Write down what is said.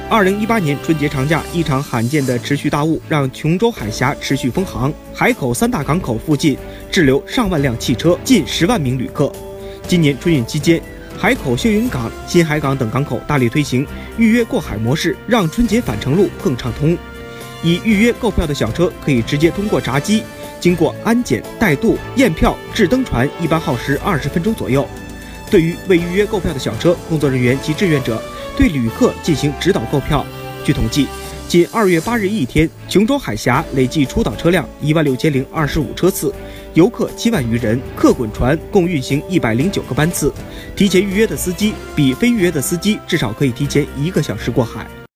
2018年春节长假，一场罕见的持续大雾让琼州海峡持续封航，海口3大港口附近滞留上万辆汽车，近10万名旅客。今年春运期间，海口秀云港、新海港等港口大力推行预约过海模式，让春节返程路更畅通。已预约购票的小车可以直接通过闸机，经过安检、带渡、验票至登船，一般耗时20分钟左右。对于未预约购票的小车，工作人员及志愿者对旅客进行指导购票。据统计，仅2月8日一天，琼州海峡累计出岛车辆16025车次，游客7万余人，客滚船共运行109个班次。提前预约的司机比非预约的司机至少可以提前1个小时过海。